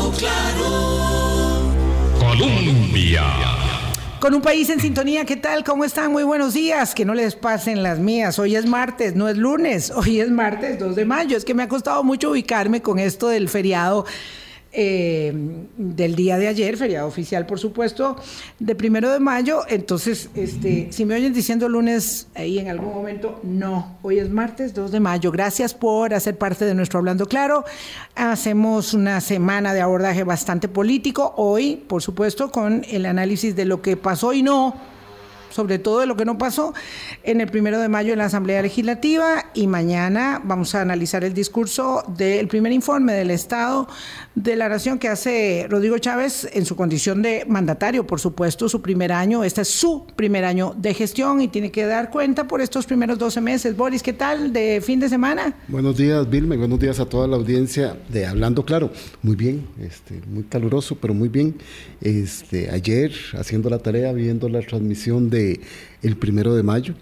Claro. Colombia. Con un país en sintonía, ¿qué tal? ¿Cómo están? Muy buenos días, que no les pasen las mías. Hoy es martes, no es lunes, hoy es martes 2 de mayo. Es que me ha costado mucho ubicarme con esto del feriado del día de ayer, feriado oficial, por supuesto, de 1 de mayo. Entonces, si me oyen diciendo lunes ahí en algún momento, no, hoy es martes 2 de mayo. Gracias por hacer parte de nuestro Hablando Claro. Hacemos una semana de abordaje bastante político, hoy, por supuesto, con el análisis de lo que pasó y no, sobre todo de lo que no pasó en el 1 de mayo en la Asamblea Legislativa, y mañana vamos a analizar el discurso del primer informe del Estado de la Nación que hace Rodrigo Chávez en su condición de mandatario, por supuesto, su primer año. Este es su primer año de gestión y tiene que dar cuenta por estos primeros 12 meses. Boris, ¿qué tal de fin de semana? Buenos días, Vilma, y buenos días a toda la audiencia de Hablando Claro. Muy bien, muy caluroso, pero muy bien. Ayer, haciendo la tarea, viendo la transmisión de el 1 de mayo,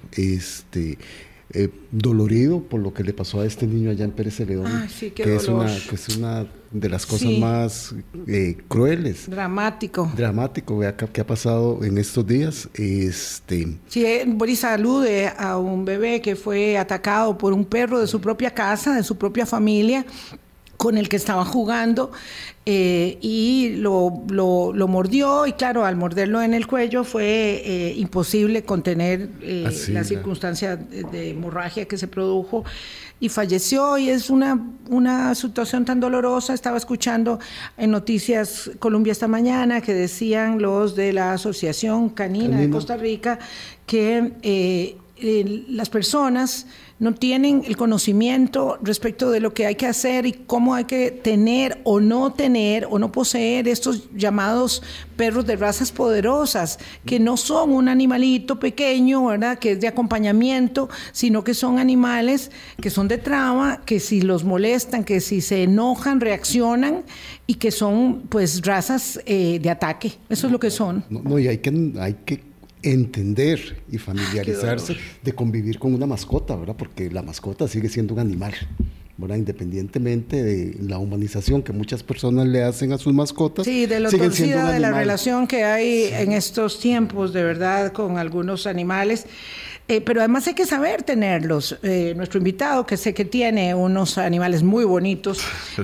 dolorido por lo que le pasó a este niño allá en Pérez Celedón, que es una de las cosas más crueles. Dramático, vea, que ha pasado en estos días. Sí, Boris alude a un bebé que fue atacado por un perro de su propia casa, de su propia familia, con el que estaba jugando, y lo mordió, y claro, al morderlo en el cuello fue imposible contener la circunstancia de hemorragia que se produjo y falleció, y es una situación tan dolorosa. Estaba escuchando en Noticias Colombia esta mañana que decían los de la Asociación Canina de Costa Rica que las personas no tienen el conocimiento respecto de lo que hay que hacer y cómo hay que tener o no poseer estos llamados perros de razas poderosas, que no son un animalito pequeño, ¿verdad?, que es de acompañamiento, sino que son animales que son de trama, que si los molestan, que si se enojan, reaccionan, y que son pues razas de ataque. Eso es lo que son. Y hay que entender y familiarizarse de convivir con una mascota, ¿verdad? Porque la mascota sigue siendo un animal, ¿verdad? Independientemente de la humanización que muchas personas le hacen a sus mascotas. Sí, de lo torcida de la relación que hay en estos tiempos, de verdad, con algunos animales. Pero además hay que saber tenerlos. Nuestro invitado, que sé que tiene unos animales muy bonitos,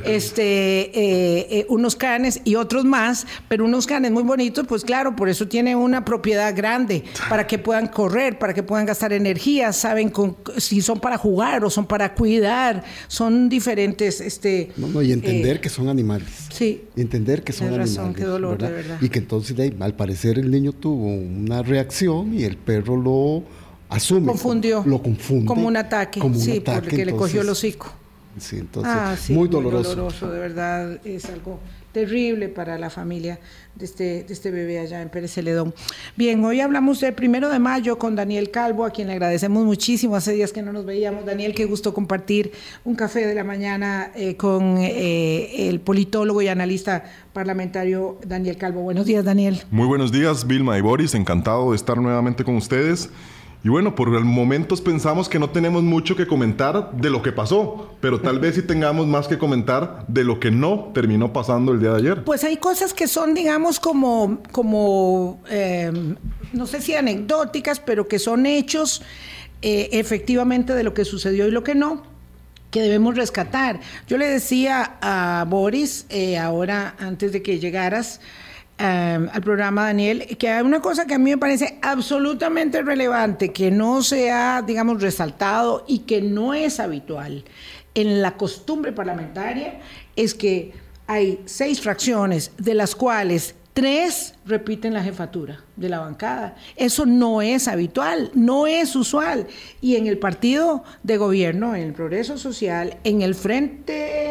unos canes y otros más, pero unos canes muy bonitos, pues claro, por eso tiene una propiedad grande, para que puedan correr, para que puedan gastar energía, saben si son para jugar o son para cuidar, son diferentes. Y entender que son animales. Sí. Entender que son animales. Razón, qué dolor, ¿verdad? De verdad. Y que entonces, al parecer, el niño tuvo una reacción y el perro lo asume, lo confunde como un ataque, porque entonces, le cogió el hocico. Sí, entonces, muy doloroso. Muy doloroso, de verdad, es algo terrible para la familia de este bebé allá en Pérez Celedón. Bien, hoy hablamos del 1 de mayo con Daniel Calvo, a quien le agradecemos muchísimo. Hace días que no nos veíamos. Daniel, qué gusto compartir un café de la mañana con el politólogo y analista parlamentario Daniel Calvo. Buenos días, Daniel. Muy buenos días, Vilma y Boris. Encantado de estar nuevamente con ustedes. Y bueno, por momentos pensamos que no tenemos mucho que comentar de lo que pasó, pero tal vez sí tengamos más que comentar de lo que no terminó pasando el día de ayer. Pues hay cosas que son, digamos, como no sé si anecdóticas, pero que son hechos efectivamente de lo que sucedió y lo que no, que debemos rescatar. Yo le decía a Boris, ahora antes de que llegaras al programa, Daniel, que hay una cosa que a mí me parece absolutamente relevante, que no se ha, digamos, resaltado y que no es habitual en la costumbre parlamentaria, es que hay 6 fracciones, de las cuales 3 repiten la jefatura de la bancada. Eso no es habitual, no es usual. Y en el partido de gobierno, en el Progreso Social, en el Frente,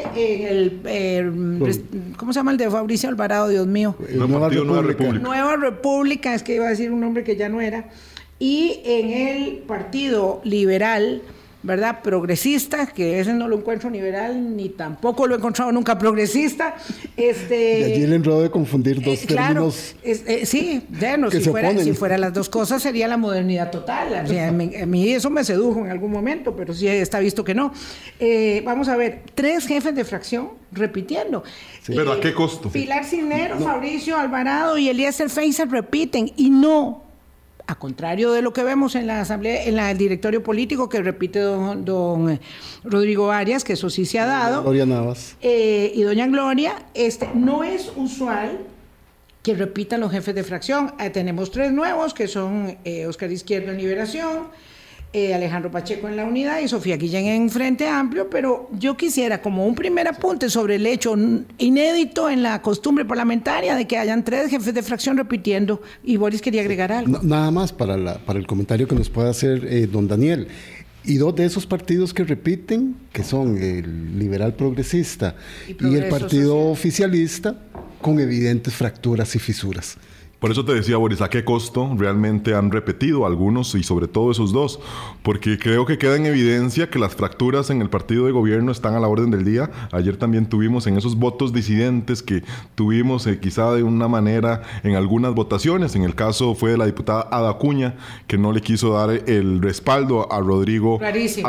¿cómo se llama el de Fabricio Alvarado? Dios mío. Nueva República. Nueva República, es que iba a decir un nombre que ya no era. Y en el Partido Liberal, ¿verdad? Progresista, que ese no lo encuentro liberal, ni tampoco lo he encontrado nunca progresista. De allí el enredo de confundir dos términos. Sí, bueno, si fuera las dos cosas sería la modernidad total. O sea, a mí eso me sedujo en algún momento, pero sí está visto que no. Vamos a ver, 3 jefes de fracción repitiendo. Sí. ¿Pero a qué costo? Pilar Cisneros, Fabricio Alvarado y Eliezer Feiser repiten, y no, a contrario de lo que vemos en la asamblea, en el directorio político que repite don Rodrigo Arias, que eso sí se ha dado. Gloria Navas. Y doña Gloria, no es usual que repitan los jefes de fracción. Tenemos 3 nuevos, que son Óscar Izquierdo en Liberación, Alejandro Pacheco en La Unidad y Sofía Guillén en Frente Amplio, pero yo quisiera, como un primer apunte sobre el hecho inédito en la costumbre parlamentaria de que hayan 3 jefes de fracción repitiendo, y Boris quería agregar algo. Nada más para el comentario que nos puede hacer don Daniel. Y 2 de esos partidos que repiten, que son el liberal progresista y el partido oficialista, con evidentes fracturas y fisuras. Por eso te decía, Boris, ¿a qué costo realmente han repetido algunos y sobre todo esos 2? Porque creo que queda en evidencia que las fracturas en el partido de gobierno están a la orden del día. Ayer también tuvimos en esos votos disidentes que tuvimos quizá de una manera en algunas votaciones. En el caso fue de la diputada Ada Acuña, que no le quiso dar el respaldo a Rodrigo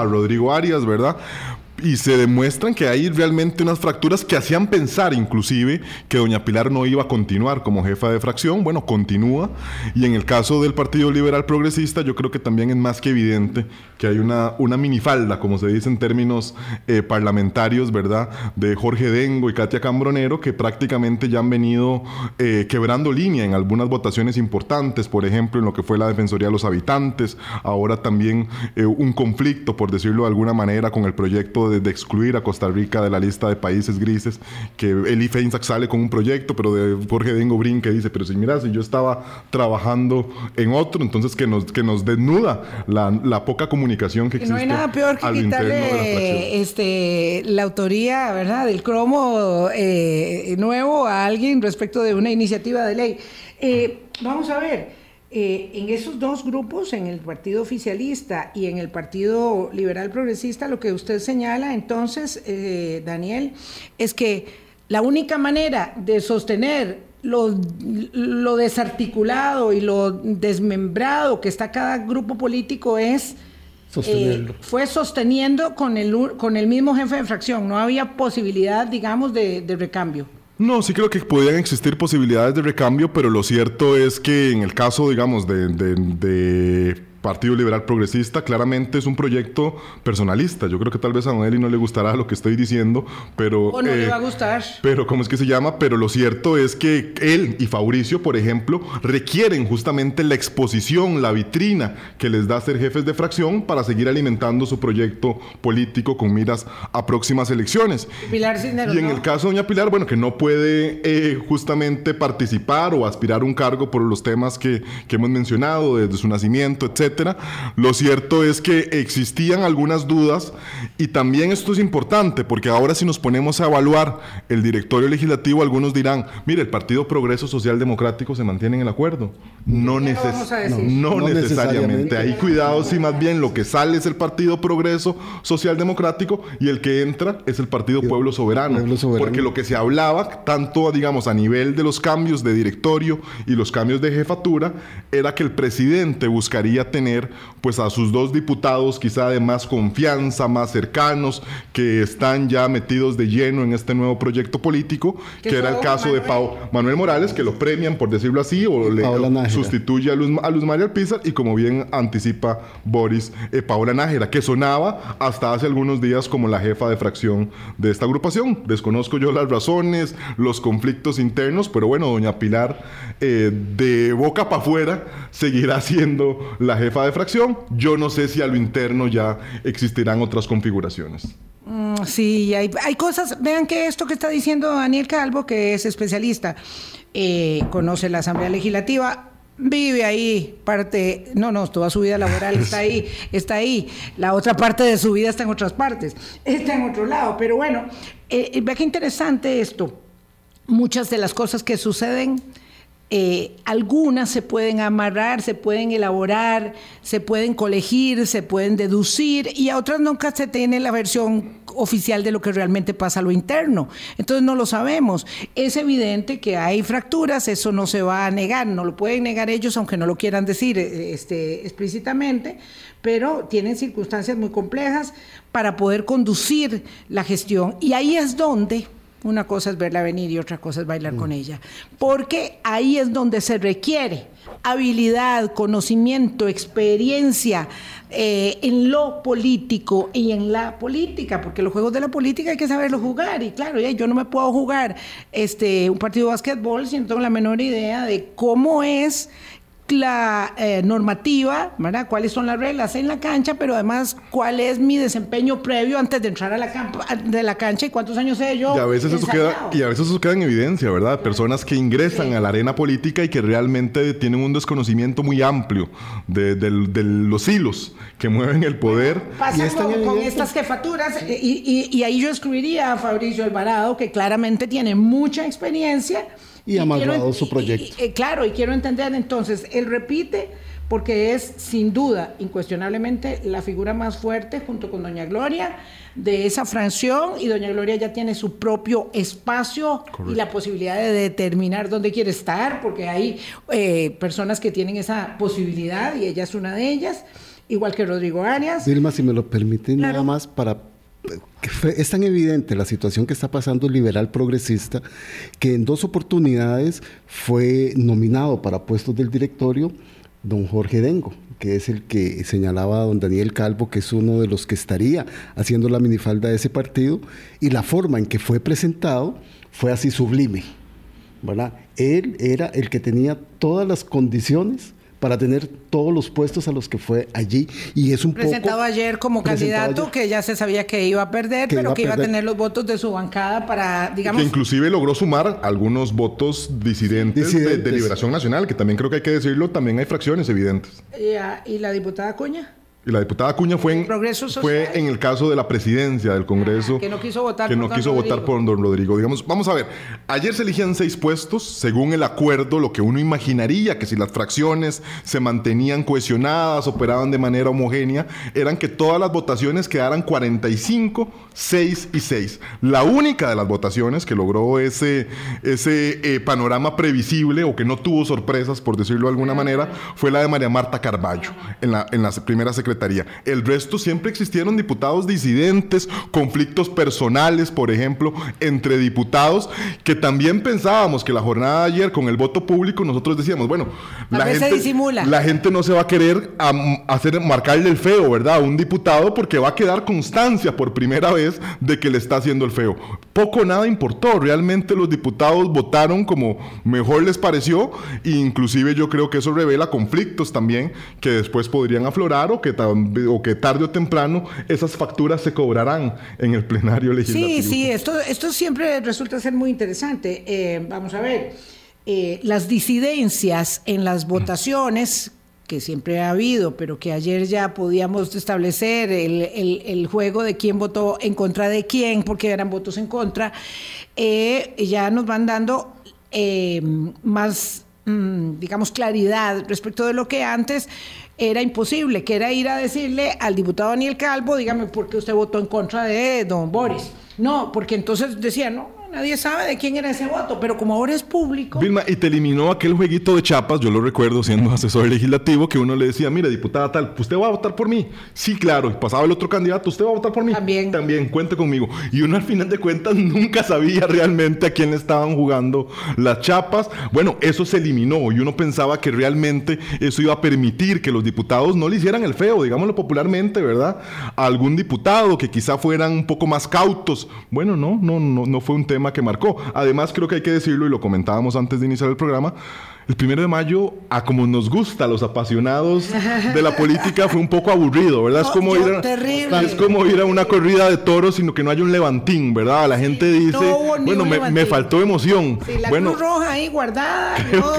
Arias, ¿verdad? Y se demuestran que hay realmente unas fracturas que hacían pensar inclusive que doña Pilar no iba a continuar como jefa de fracción. Bueno, continúa. Y en el caso del Partido Liberal Progresista, yo creo que también es más que evidente que hay una minifalda, como se dice en términos parlamentarios, ¿verdad?, de Jorge Dengo y Katia Cambronero, que prácticamente ya han venido quebrando línea en algunas votaciones importantes, por ejemplo, en lo que fue la Defensoría de los Habitantes, ahora también un conflicto, por decirlo de alguna manera, con el proyecto de excluir a Costa Rica de la lista de países grises, que Eli Feinsack sale con un proyecto, pero de Jorge Dengo brinca y dice, pero si mira, si yo estaba trabajando en otro, entonces que nos desnuda la poca comunicación que existe. No hay nada peor que quitarle la autoría, ¿verdad?, del cromo nuevo a alguien respecto de una iniciativa de ley. Vamos a ver. En esos 2 grupos, en el Partido Oficialista y en el Partido Liberal Progresista, lo que usted señala entonces, Daniel, es que la única manera de sostener lo desarticulado y lo desmembrado que está cada grupo político es fue sosteniendo con el mismo jefe de fracción. No había posibilidad, digamos, de recambio. No, sí creo que podían existir posibilidades de recambio, pero lo cierto es que en el caso, digamos, de Partido Liberal Progresista, claramente es un proyecto personalista. Yo creo que tal vez a Don Eli no le gustará lo que estoy diciendo, pero... O no le va a gustar. Pero, ¿cómo es que se llama? Pero lo cierto es que él y Fabricio, por ejemplo, requieren justamente la exposición, la vitrina que les da ser jefes de fracción para seguir alimentando su proyecto político con miras a próximas elecciones. Pilar Cisneros, y en el caso de doña Pilar, bueno, que no puede justamente participar o aspirar a un cargo por los temas que hemos mencionado, desde su nacimiento, etc. Lo cierto es que existían algunas dudas, y también esto es importante porque ahora si nos ponemos a evaluar el directorio legislativo, algunos dirán, mire, el Partido Progreso Social Democrático se mantiene en el acuerdo. No necesariamente. Hay cuidado si más bien lo que sale es el Partido Progreso Social Democrático y el que entra es el Partido Pueblo Soberano. Porque lo que se hablaba, tanto digamos a nivel de los cambios de directorio y los cambios de jefatura, era que el presidente buscaría tener pues a sus 2 diputados quizá de más confianza, más cercanos, que están ya metidos de lleno en este nuevo proyecto político, que era el caso de Manuel Morales, que lo premian, por decirlo así, o le sustituye a Luz María Alpizar, y como bien anticipa Boris, Paola Nájera, que sonaba hasta hace algunos días como la jefa de fracción de esta agrupación. Desconozco yo las razones, los conflictos internos, pero bueno, doña Pilar de boca para afuera seguirá siendo la jefa de fracción. Yo no sé si a lo interno ya existirán otras configuraciones. Sí, hay cosas. Vean que esto que está diciendo Daniel Calvo, que es especialista, conoce la Asamblea Legislativa, vive ahí, toda su vida laboral está ahí. La otra parte de su vida está en otras partes, está en otro lado. Pero bueno, vea qué interesante esto. Muchas de las cosas que suceden algunas se pueden amarrar, se pueden elaborar, se pueden colegir, se pueden deducir, y a otras nunca se tiene la versión oficial de lo que realmente pasa a lo interno. Entonces no lo sabemos. Es evidente que hay fracturas, eso no se va a negar, no lo pueden negar ellos, aunque no lo quieran decir explícitamente, pero tienen circunstancias muy complejas para poder conducir la gestión. Y ahí es donde una cosa es verla venir y otra cosa es bailar con ella, porque ahí es donde se requiere habilidad, conocimiento, experiencia en lo político y en la política, porque los juegos de la política hay que saberlos jugar. Y claro, yo no me puedo jugar un partido de básquetbol si no tengo la menor idea de cómo es la normativa, ¿verdad? Cuáles son las reglas en la cancha, pero además cuál es mi desempeño previo antes de entrar a la cancha y cuántos años he yo. Y a veces eso queda en evidencia, ¿verdad? Personas que ingresan a la arena política y que realmente tienen un desconocimiento muy amplio de los hilos que mueven el poder. Pasa con estas jefaturas, y ahí yo excluiría a Fabricio Alvarado, que claramente tiene mucha experiencia y ha amarrado su proyecto. Claro, y quiero entender entonces, él repite porque es sin duda, incuestionablemente, la figura más fuerte junto con doña Gloria de esa fracción, y doña Gloria ya tiene su propio espacio. Correcto. Y la posibilidad de determinar dónde quiere estar, porque hay personas que tienen esa posibilidad y ella es una de ellas, igual que Rodrigo Arias. Vilma, si me lo permiten, claro. Nada más para... Es tan evidente la situación que está pasando el liberal progresista que en 2 oportunidades fue nominado para puestos del directorio don Jorge Dengo, que es el que señalaba a don Daniel Calvo, que es uno de los que estaría haciendo la minifalda de ese partido, y la forma en que fue presentado fue así sublime, ¿verdad? Él era el que tenía todas las condiciones para tener todos los puestos a los que fue allí, y es un presentado ayer como candidato ayer, que ya se sabía que iba a perder, pero que iba a tener los votos de su bancada para, digamos... Que inclusive logró sumar algunos votos disidentes. De Liberación Nacional, que también creo que hay que decirlo, también hay fracciones evidentes. ¿Y la diputada Acuña? Y la diputada Acuña fue en el caso de la presidencia del Congreso, que no quiso votar por don Rodrigo. Digamos, vamos a ver, ayer se elegían 6 puestos, según el acuerdo, lo que uno imaginaría que si las fracciones se mantenían cohesionadas, operaban de manera homogénea, eran que todas las votaciones quedaran 45, 6 y 6. La única de las votaciones que logró ese panorama previsible, o que no tuvo sorpresas, por decirlo de alguna manera, fue la de María Marta Carballo, en la primera secretaría. El resto siempre existieron diputados disidentes, conflictos personales, por ejemplo, entre diputados, que también pensábamos que la jornada de ayer, con el voto público, nosotros decíamos, bueno, la gente no se va a querer marcarle el feo, ¿verdad?, a un diputado, porque va a quedar constancia por primera vez de que le está haciendo el feo. Poco o nada importó, realmente los diputados votaron como mejor les pareció, e inclusive yo creo que eso revela conflictos también que después podrían aflorar, o que tarde o temprano esas facturas se cobrarán en el plenario legislativo. Sí, esto siempre resulta ser muy interesante. Vamos a ver, las disidencias en las votaciones, que siempre ha habido, pero que ayer ya podíamos establecer el juego de quién votó en contra de quién, porque eran votos en contra, ya nos van dando más, digamos, claridad respecto de lo que antes era imposible, que era ir a decirle al diputado Daniel Calvo, dígame por qué usted votó en contra de don Boris. No, porque entonces decía, no, nadie sabe de quién era ese voto, pero como ahora es público... Vilma, y te eliminó aquel jueguito de chapas, yo lo recuerdo siendo asesor legislativo, que uno le decía, mire, diputada tal, ¿usted va a votar por mí? Sí, claro, y pasaba el otro candidato, ¿usted va a votar por mí? También, cuente conmigo. Y uno al final de cuentas nunca sabía realmente a quién le estaban jugando las chapas. Bueno, eso se eliminó, y uno pensaba que realmente eso iba a permitir que los diputados no le hicieran el feo, digámoslo popularmente, ¿verdad?, a algún diputado, que quizá fueran un poco más cautos. Bueno, no fue un tema que marcó. Además, creo que hay que decirlo, y lo comentábamos antes de iniciar el programa, el 1 de mayo, a como nos gusta a los apasionados de la política, fue un poco aburrido, ¿verdad? Es como ir a una corrida de toros, sino que no hay un levantín, ¿verdad? La gente dice, bueno, me faltó emoción. Sí, la Cruz Roja ahí guardada,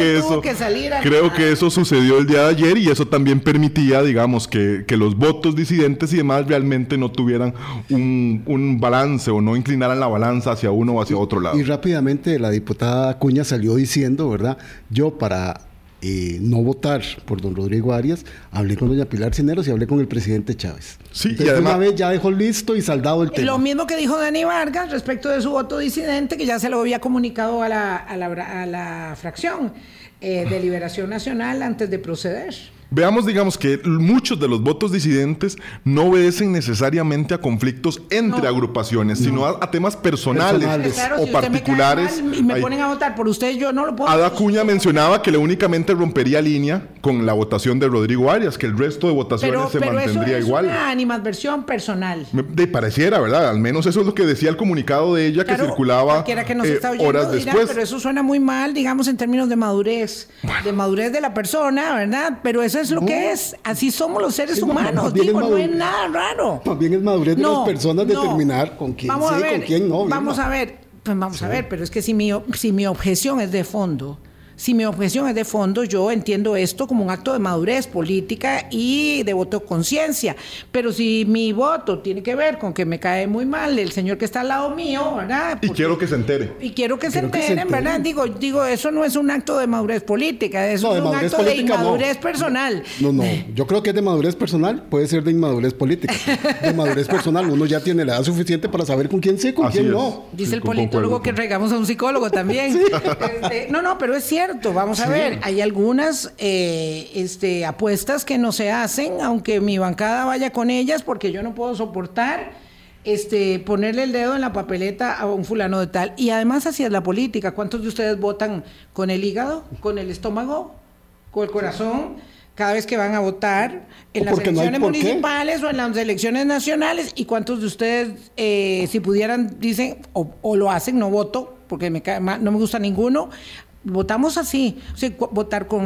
creo que eso sucedió el día de ayer, y eso también permitía, digamos, que los votos disidentes y demás realmente no tuvieran un balance, o no inclinaran la balanza hacia uno o hacia otro lado. Y rápidamente la diputada Acuña salió diciendo, ¿verdad? Yo para no votar por don Rodrigo Arias, hablé con doña Pilar Cisneros y hablé con el presidente Chávez. Sí, entonces, y además, una vez ya dejó listo y saldado el tema. Lo mismo que dijo Dani Vargas respecto de su voto disidente, que ya se lo había comunicado a la fracción de Liberación Nacional antes de proceder. Veamos, digamos, que muchos de los votos disidentes no obedecen necesariamente a conflictos entre agrupaciones, sino a temas personales Claro, o si particulares. Usted me cae mal y me ponen a votar por usted, yo no lo puedo. Ada Acuña mencionaba que le únicamente rompería línea con la votación de Rodrigo Arias, que el resto de votaciones se mantendría eso igual. Es una animadversión personal. De pareciera, ¿verdad? Al menos eso es lo que decía el comunicado de ella, Claro, que circulaba que nos está oyendo, horas dirán, después. pero eso suena muy mal, digamos, en términos de madurez, de madurez de la persona, ¿verdad? Pero eso es lo que es. Así somos los seres humanos. Digo, no es nada raro. Más bien es madurez de las personas determinar con quién sí, con quién no. Vamos a ver, pero es que si mi objeción es de fondo, yo entiendo esto como un acto de madurez política y de voto de conciencia. Pero si mi voto tiene que ver con que me cae muy mal el señor que está al lado mío, ¿verdad? Y quiero que se entere. Y quiero que se enteren, ¿verdad? Digo, eso no es un acto de madurez política, eso es un acto de inmadurez personal. No, yo creo que es de madurez personal, puede ser de inmadurez política. De madurez personal, uno ya tiene la edad suficiente para saber con quién sí, con quién no. Dice el politólogo que regamos a un psicólogo también. Sí. No, pero es cierto. Vamos a ver, hay algunas apuestas que no se hacen, aunque mi bancada vaya con ellas, porque yo no puedo soportar ponerle el dedo en la papeleta a un fulano de tal. Y además así es la política. ¿Cuántos de ustedes votan con el hígado, con el estómago, con el corazón? Cada vez que van a votar en las elecciones municipales o en las elecciones nacionales. ¿Y cuántos de ustedes, si pudieran, dicen o lo hacen, no voto, porque no me gusta ninguno? Votamos así, o sea, votar con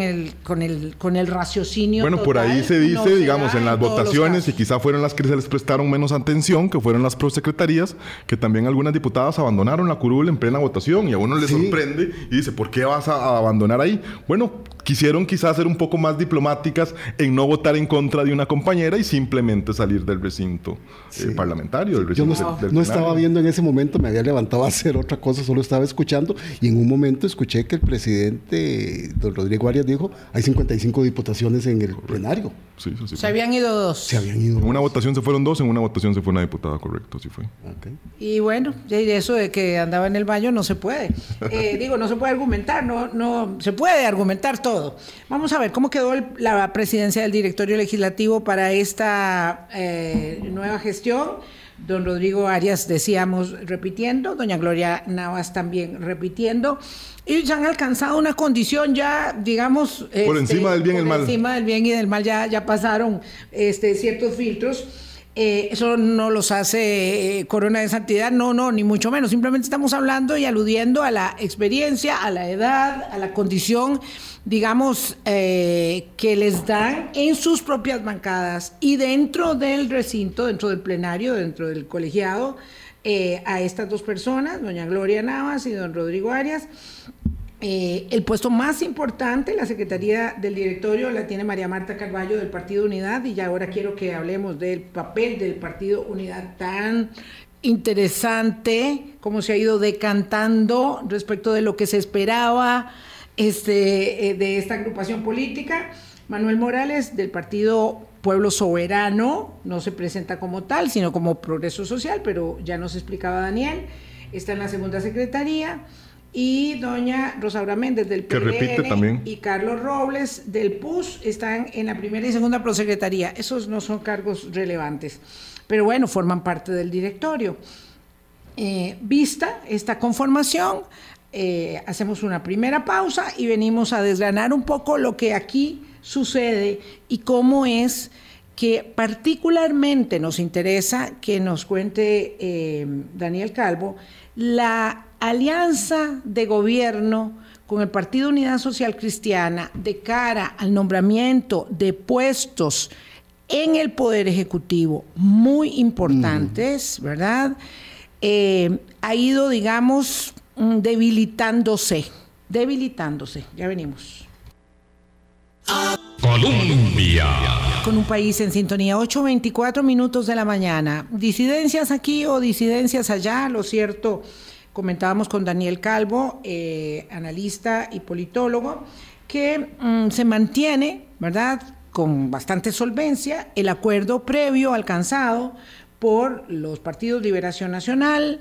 el raciocinio. Bueno, por ahí se dice, digamos, en las votaciones, y quizá fueron las que se les prestaron menos atención, que fueron las prosecretarías, que también algunas diputadas abandonaron la curul en plena votación, y a uno le sorprende y dice, ¿por qué vas a abandonar ahí? Bueno, quisieron quizás ser un poco más diplomáticas en no votar en contra de una compañera y simplemente salir del recinto parlamentario. Del recinto Yo no estaba viendo en ese momento, me había levantado a hacer otra cosa, solo estaba escuchando, y en un momento escuché que el presidente don Rodrigo Arias dijo, hay 55 diputaciones en el plenario. Sí. Se habían ido 2. En una votación se fueron 2, en una votación se fue una diputada, correcto, así fue. Okay. Y bueno, eso de que andaba en el baño no se puede. No se puede argumentar, no se puede argumentar todo. Vamos a ver cómo quedó la presidencia del directorio legislativo para esta nueva gestión. Don Rodrigo Arias, decíamos, repitiendo, doña Gloria Navas también repitiendo. Ellos han alcanzado una condición ya, digamos... por encima del bien y el mal. Por encima del bien y del mal ya pasaron ciertos filtros. Eso no los hace corona de santidad, no, ni mucho menos. Simplemente estamos hablando y aludiendo a la experiencia, a la edad, a la condición, digamos, que les dan en sus propias bancadas y dentro del recinto, dentro del plenario, dentro del colegiado, a estas dos personas, doña Gloria Navas y don Rodrigo Arias. El puesto más importante, la Secretaría del Directorio, la tiene María Marta Carballo del Partido Unidad, y ya ahora quiero que hablemos del papel del Partido Unidad tan interesante, cómo se ha ido decantando respecto de lo que se esperaba de esta agrupación política. Manuel Morales, del Partido Pueblo Soberano, no se presenta como tal, sino como Progreso Social, pero ya nos explicaba Daniel, está en la segunda secretaría. Y doña Rosaura Méndez del PLN y Carlos Robles del PUS están en la primera y segunda prosecretaría. Esos no son cargos relevantes, pero bueno, forman parte del directorio. Vista esta conformación, hacemos una primera pausa y venimos a desgranar un poco lo que aquí sucede y cómo es que particularmente nos interesa que nos cuente Daniel Calvo la alianza de gobierno con el Partido Unidad Social Cristiana de cara al nombramiento de puestos en el Poder Ejecutivo muy importantes, ¿verdad? Ha ido, digamos, debilitándose. Ya venimos. Colombia. Con un país en sintonía, 8:24 minutos de la mañana. Disidencias aquí o disidencias allá, lo cierto comentábamos con Daniel Calvo, analista y politólogo, que se mantiene, ¿verdad?, con bastante solvencia el acuerdo previo alcanzado por los partidos Liberación Nacional,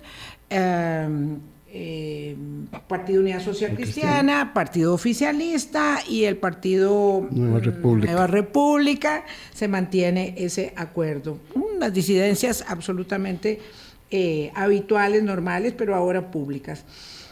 Partido Unidad Social Cristiana, Partido Oficialista y el Partido Nueva República. Se mantiene ese acuerdo. Unas disidencias absolutamente habituales, normales, pero ahora públicas.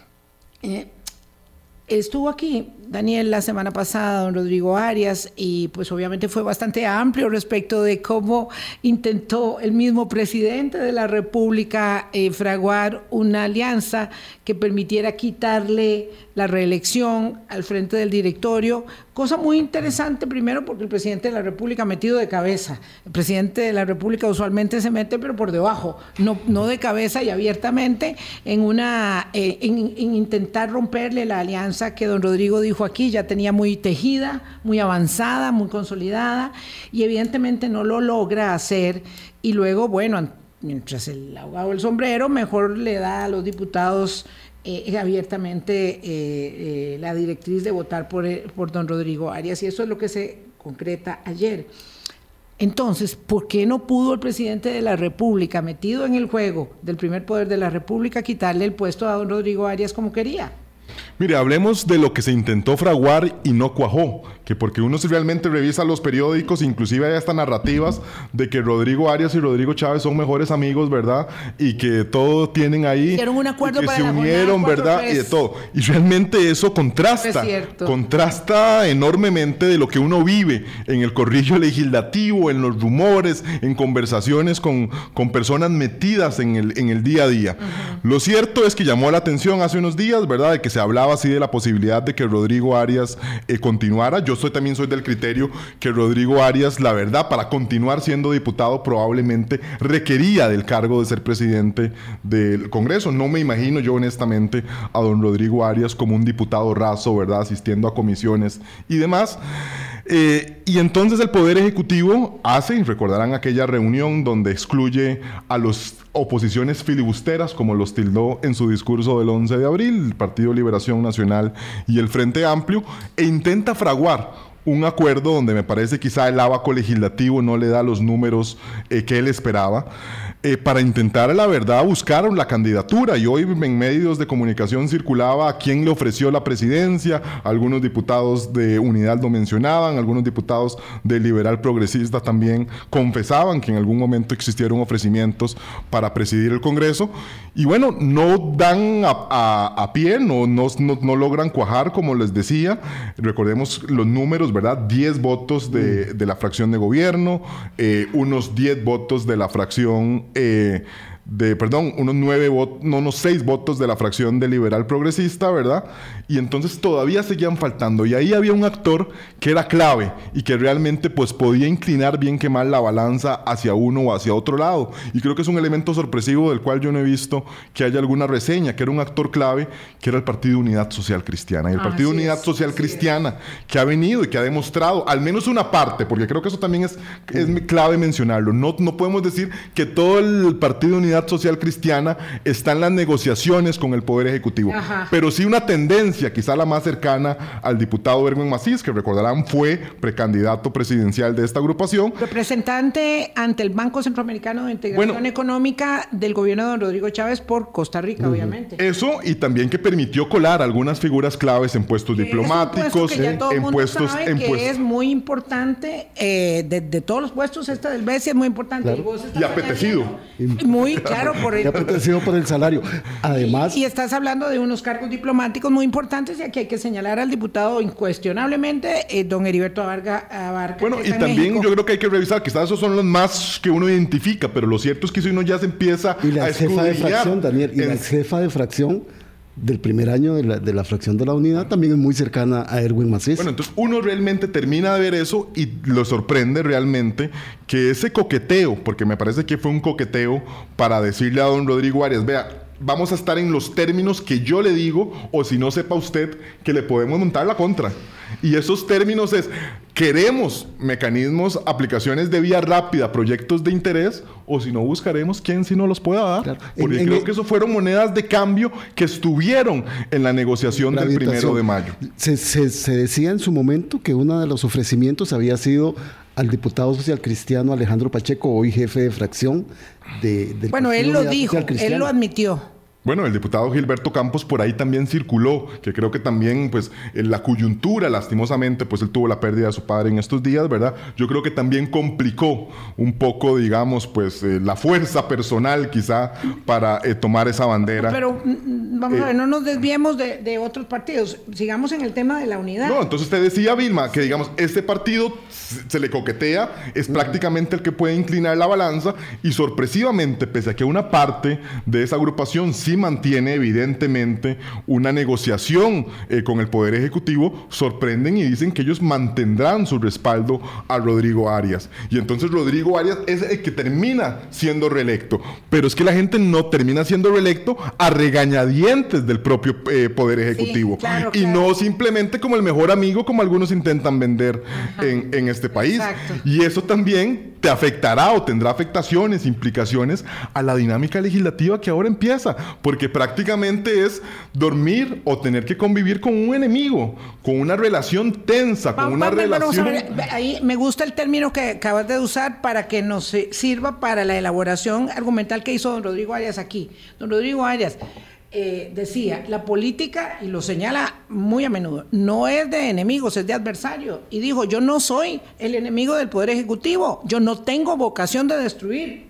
Estuvo aquí, Daniel, la semana pasada, don Rodrigo Arias, y pues obviamente fue bastante amplio respecto de cómo intentó el mismo presidente de la República fraguar una alianza que permitiera quitarle la reelección al frente del directorio, cosa muy interesante, primero porque el presidente de la República ha metido de cabeza. El presidente de la República usualmente se mete pero por debajo, no de cabeza y abiertamente en intentar romperle la alianza que don Rodrigo dijo aquí, ya tenía muy tejida, muy avanzada, muy consolidada, y evidentemente no lo logra hacer. Y luego, bueno, mientras el abogado del sombrero mejor le da a los diputados abiertamente la directriz de votar por don Rodrigo Arias, y eso es lo que se concreta ayer. Entonces, ¿por qué no pudo el presidente de la República, metido en el juego del primer poder de la República, quitarle el puesto a don Rodrigo Arias como quería? Mire, hablemos de lo que se intentó fraguar y no cuajó, que porque uno realmente revisa los periódicos, inclusive hay hasta narrativas de que Rodrigo Arias y Rodrigo Chávez son mejores amigos, ¿verdad? Y que todo tienen ahí. Hicieron un acuerdo que para se unieron, ¿verdad? Y de todo. Y realmente eso contrasta enormemente de lo que uno vive en el corrillo legislativo, en los rumores, en conversaciones con personas metidas en el día a día. Lo cierto es que llamó la atención hace unos días, ¿verdad? De que se hablaba así de la posibilidad de que Rodrigo Arias continuara. Yo también soy del criterio que Rodrigo Arias, la verdad, para continuar siendo diputado probablemente requería del cargo de ser presidente del Congreso. No me imagino yo honestamente a don Rodrigo Arias como un diputado raso, ¿verdad? Asistiendo a comisiones y demás. Y entonces el Poder Ejecutivo y recordarán aquella reunión donde excluye a las oposiciones filibusteras, como los tildó en su discurso del 11 de abril, el Partido Liberación Nacional y el Frente Amplio, e intenta fraguar un acuerdo donde me parece quizá el abaco legislativo no le da los números que él esperaba, para intentar, la verdad, buscar la candidatura. Y hoy en medios de comunicación circulaba a quién le ofreció la presidencia. Algunos diputados de Unidad lo mencionaban, algunos diputados de Liberal Progresista también confesaban que en algún momento existieron ofrecimientos para presidir el Congreso. Y bueno, no dan a pie, no logran cuajar, como les decía. Recordemos los números, ¿verdad? 10 votos de la fracción de gobierno, unos 10 votos de la fracción unos 6 votos de la fracción de Liberal Progresista, ¿verdad? Y entonces todavía seguían faltando. Y ahí había un actor que era clave y que realmente pues podía inclinar bien que mal la balanza hacia uno o hacia otro lado. Y creo que es un elemento sorpresivo del cual yo no he visto que haya alguna reseña, que era un actor clave, que era el Partido Unidad Social Cristiana. Y el Partido Unidad Social Cristiana, que ha venido y que ha demostrado, al menos una parte, porque creo que eso también es clave mencionarlo. No podemos decir que todo el Partido Unidad Social Cristiana está en las negociaciones con el Poder Ejecutivo. Pero sí una tendencia, quizá la más cercana al diputado Erwin Macís, que recordarán fue precandidato presidencial de esta agrupación. Representante ante el Banco Centroamericano de Integración Económica del gobierno de don Rodrigo Chávez por Costa Rica, obviamente. Eso, y también que permitió colar algunas figuras claves en puestos diplomáticos, en puestos que es muy importante, de todos los puestos, del BESI es muy importante. Claro. Y apetecido. Muy claro y apetecido por el salario. Además. Y estás hablando de unos cargos diplomáticos muy importantes, y aquí hay que señalar al diputado incuestionablemente, don Heriberto Abarca. Bueno, y también México. Yo creo que hay que revisar, quizás esos son los más que uno identifica, pero lo cierto es que si uno ya se empieza y la jefa de fracción, Daniel, y la jefa de fracción del primer año de la fracción de la Unidad también es muy cercana a Erwin Macís. Bueno, entonces uno realmente termina de ver eso y lo sorprende realmente que ese coqueteo, porque me parece que fue un coqueteo para decirle a don Rodrigo Arias, vea, vamos a estar en los términos que yo le digo, o si no, sepa usted que le podemos montar la contra. Y esos términos es: queremos mecanismos, aplicaciones de vía rápida, proyectos de interés, o si no, buscaremos quién sí nos los pueda dar. Claro. Porque creo que eso fueron monedas de cambio que estuvieron en la negociación del 1 de mayo. Se decía en su momento que uno de los ofrecimientos había sido al diputado social cristiano Alejandro Pacheco, hoy jefe de fracción del Bueno, él lo dijo, él lo admitió. Bueno, el diputado Gilberto Campos por ahí también circuló, que creo que también, pues, en la coyuntura, lastimosamente, pues él tuvo la pérdida de su padre en estos días, ¿verdad? Yo creo que también complicó un poco, digamos, pues, la fuerza personal, quizá, para tomar esa bandera. Pero, vamos a ver, no nos desviemos de otros partidos, sigamos en el tema de la unidad. No, entonces usted decía, Vilma, que, digamos, este partido se le coquetea, es prácticamente el que puede inclinar la balanza, y sorpresivamente, pese a que una parte de esa agrupación sí mantiene evidentemente una negociación con el Poder Ejecutivo, sorprenden y dicen que ellos mantendrán su respaldo a Rodrigo Arias. Y entonces Rodrigo Arias es el que termina siendo reelecto. Pero es que la gente no termina siendo reelecto a regañadientes del propio Poder Ejecutivo. Sí, claro, y no simplemente como el mejor amigo, como algunos intentan vender en este país. Exacto. Y eso también te afectará o tendrá afectaciones, implicaciones a la dinámica legislativa que ahora empieza, porque prácticamente es dormir o tener que convivir con un enemigo, con una relación tensa, con una relación... Ahí me gusta el término que acabas de usar para que nos sirva para la elaboración argumental que hizo don Rodrigo Arias aquí. Don Rodrigo Arias decía, la política, y lo señala muy a menudo, no es de enemigos, es de adversarios. Y dijo, yo no soy el enemigo del Poder Ejecutivo, yo no tengo vocación de destruir,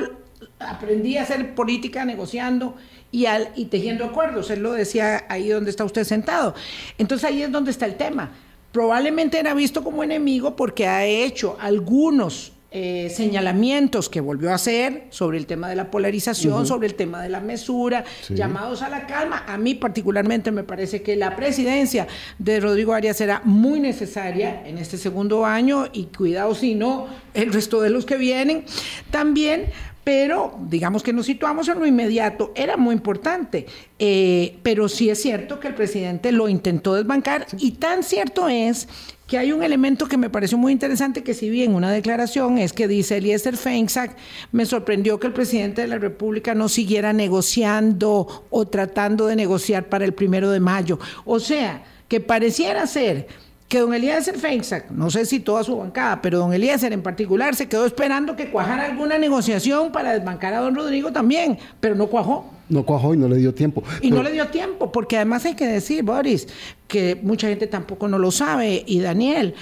aprendí a hacer política negociando y tejiendo acuerdos. Él lo decía ahí donde está usted sentado. Entonces ahí es donde está el tema. Probablemente era visto como enemigo porque ha hecho algunos señalamientos que volvió a hacer sobre el tema de la polarización, sobre el tema de la mesura, llamados a la calma. A mí particularmente me parece que la presidencia de Rodrigo Arias era muy necesaria en este segundo año, y cuidado si no, el resto de los que vienen también. Pero digamos que nos situamos en lo inmediato, era muy importante, pero sí es cierto que el presidente lo intentó desbancar, y tan cierto es que hay un elemento que me pareció muy interesante, que si bien una declaración es que dice Eliezer Feinsack, me sorprendió que el presidente de la República no siguiera negociando o tratando de negociar para el 1 de mayo. O sea, que pareciera ser que don Eliezer Feinsack, no sé si toda su bancada, pero don Eliezer en particular, se quedó esperando que cuajara alguna negociación para desbancar a don Rodrigo también, pero no cuajó. No cuajó y no le dio tiempo. No le dio tiempo, porque además hay que decir, Boris, que mucha gente tampoco no lo sabe, y Daniel,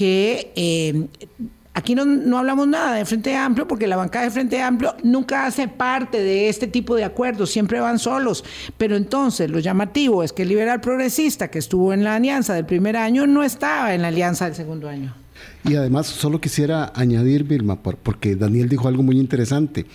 que aquí no hablamos nada de Frente Amplio, porque la bancada de Frente Amplio nunca hace parte de este tipo de acuerdos, siempre van solos. Pero entonces lo llamativo es que el liberal progresista, que estuvo en la alianza del primer año, no estaba en la alianza del segundo año. Y además solo quisiera añadir, Vilma, porque Daniel dijo algo muy interesante.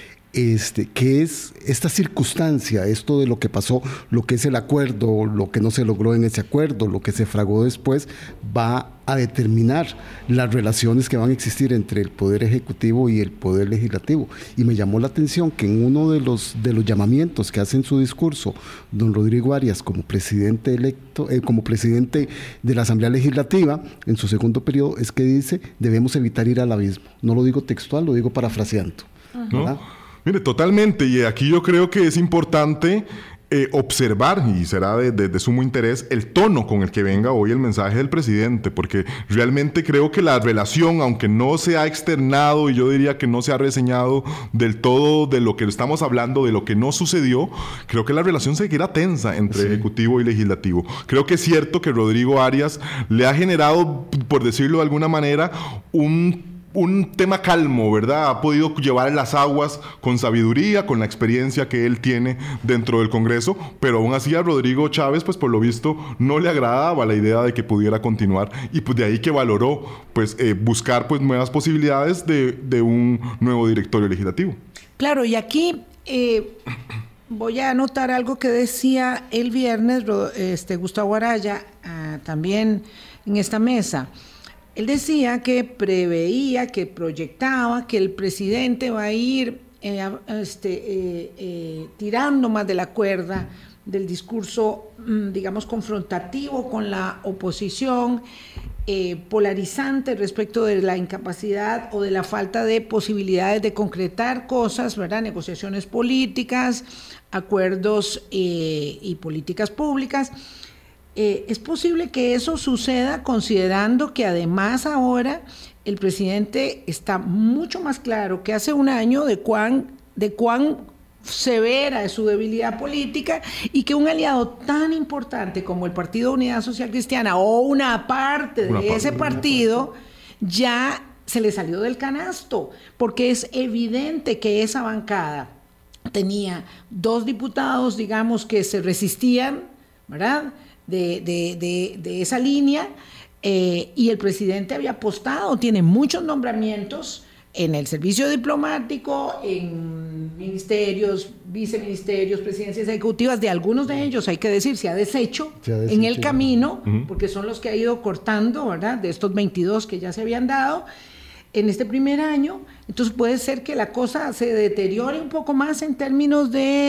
Que es esta circunstancia, esto de lo que pasó, lo que es el acuerdo, lo que no se logró en ese acuerdo, lo que se fragó después, va a determinar las relaciones que van a existir entre el Poder Ejecutivo y el Poder Legislativo. Y me llamó la atención que en uno de los llamamientos que hace en su discurso don Rodrigo Arias como presidente electo, como presidente de la Asamblea Legislativa, en su segundo periodo, es que dice, debemos evitar ir al abismo. No lo digo textual, lo digo parafraseando. ¿Verdad? Mire, totalmente, y aquí yo creo que es importante observar, y será de sumo interés, el tono con el que venga hoy el mensaje del presidente, porque realmente creo que la relación, aunque no se ha externado, y yo diría que no se ha reseñado del todo de lo que estamos hablando, de lo que no sucedió, creo que la relación seguirá tensa entre Ejecutivo y Legislativo. Creo que es cierto que Rodrigo Arias le ha generado, por decirlo de alguna manera, un tema calmo, ¿verdad? Ha podido llevar las aguas con sabiduría, con la experiencia que él tiene dentro del Congreso, pero aún así a Rodrigo Chávez, pues por lo visto, no le agradaba la idea de que pudiera continuar, y pues de ahí que valoró, pues, buscar, pues, nuevas posibilidades de un nuevo directorio legislativo. Claro, y aquí voy a anotar algo que decía el viernes Gustavo Araya, también en esta mesa. Él decía que preveía, que proyectaba que el presidente va a ir tirando más de la cuerda del discurso, digamos, confrontativo con la oposición, polarizante respecto de la incapacidad o de la falta de posibilidades de concretar cosas, ¿verdad? Negociaciones políticas, acuerdos y políticas públicas. Es posible que eso suceda considerando que además ahora el presidente está mucho más claro que hace un año de cuán severa es su debilidad política, y que un aliado tan importante como el Partido Unidad Social Cristiana o una parte de ese partido ya se le salió del canasto, porque es evidente que esa bancada tenía 2 diputados, digamos, que se resistían, ¿verdad?, de esa línea, y el presidente había apostado, tiene muchos nombramientos en el servicio diplomático, en ministerios, viceministerios, presidencias ejecutivas, de algunos de ellos, hay que decir, se ha deshecho en el camino, porque son los que ha ido cortando, ¿verdad?, de estos 22 que ya se habían dado en este primer año. Entonces puede ser que la cosa se deteriore un poco más en términos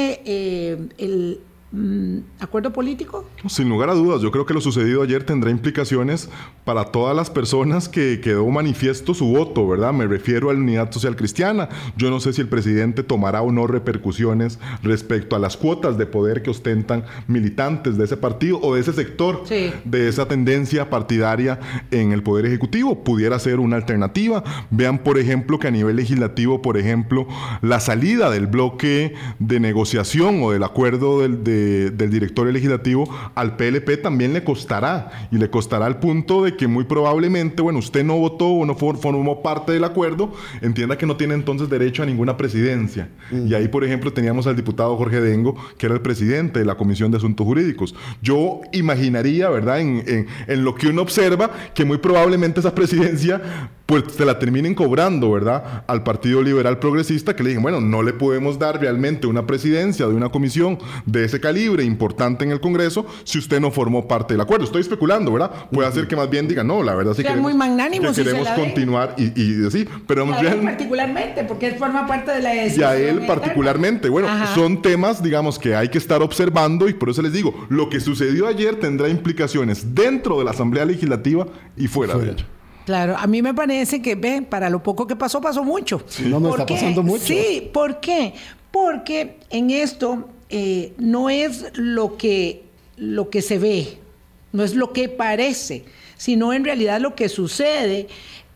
de el acuerdo político. Sin lugar a dudas, yo creo que lo sucedido ayer tendrá implicaciones para todas las personas que quedó manifiesto su voto, ¿verdad? Me refiero a la Unidad Social Cristiana. Yo no sé si el presidente tomará o no repercusiones respecto a las cuotas de poder que ostentan militantes de ese partido o de ese sector, de esa tendencia partidaria en el Poder Ejecutivo. Pudiera ser una alternativa. Vean, por ejemplo, que a nivel legislativo, por ejemplo, la salida del bloque de negociación o del acuerdo del directorio legislativo al PLP también le costará, y le costará al punto de que muy probablemente, bueno, usted no votó o no formó parte del acuerdo, entienda que no tiene entonces derecho a ninguna presidencia. Y ahí, por ejemplo, teníamos al diputado Jorge Dengo, que era el presidente de la Comisión de Asuntos Jurídicos. Yo imaginaría, ¿verdad?, en lo que uno observa, que muy probablemente esa presidencia pues se la terminen cobrando, ¿verdad?, al Partido Liberal Progresista, que le digan, bueno, no le podemos dar realmente una presidencia de una comisión de ese calibre importante en el Congreso si usted no formó parte del acuerdo. Estoy especulando, ¿verdad? Puede ser que más bien diga, no, la verdad sí queremos, muy magnánimo, que queremos continuar y así, pero a él particularmente, porque él forma parte de la decisión. Y a él particularmente, bueno, son temas, digamos, que hay que estar observando, y por eso les digo, lo que sucedió ayer tendrá implicaciones dentro de la Asamblea Legislativa y fuera de ella. Claro, a mí me parece que, para lo poco que pasó mucho. Sí, no está pasando mucho. Sí, ¿por qué? Porque en esto no es lo que se ve, no es lo que parece, sino en realidad lo que sucede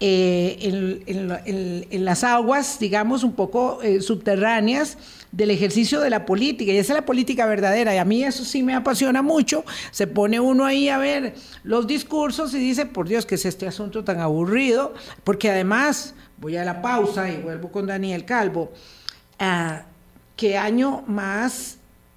en las aguas, digamos, un poco subterráneas del ejercicio de la política, y esa es la política verdadera, y a mí eso sí me apasiona mucho. Se pone uno ahí a ver los discursos y dice, por Dios, ¿qué es este asunto tan aburrido? Porque además, voy a la pausa y vuelvo con Daniel Calvo, ¿qué año más,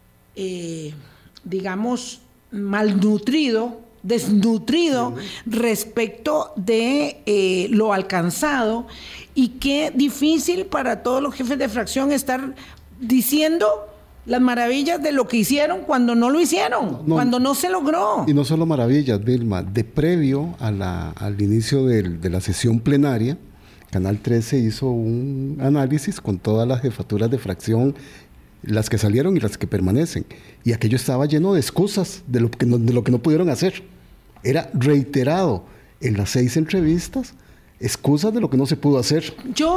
digamos, malnutrido, desnutrido respecto de lo alcanzado, y qué difícil para todos los jefes de fracción estar diciendo las maravillas de lo que hicieron cuando no lo hicieron, cuando no se logró. Y no solo maravillas, Vilma, de previo al inicio de la sesión plenaria, Canal 13 hizo un análisis con todas las jefaturas de fracción, las que salieron y las que permanecen, y aquello estaba lleno de excusas de lo que no pudieron hacer. Era reiterado en las 6 entrevistas, excusas de lo que no se pudo hacer.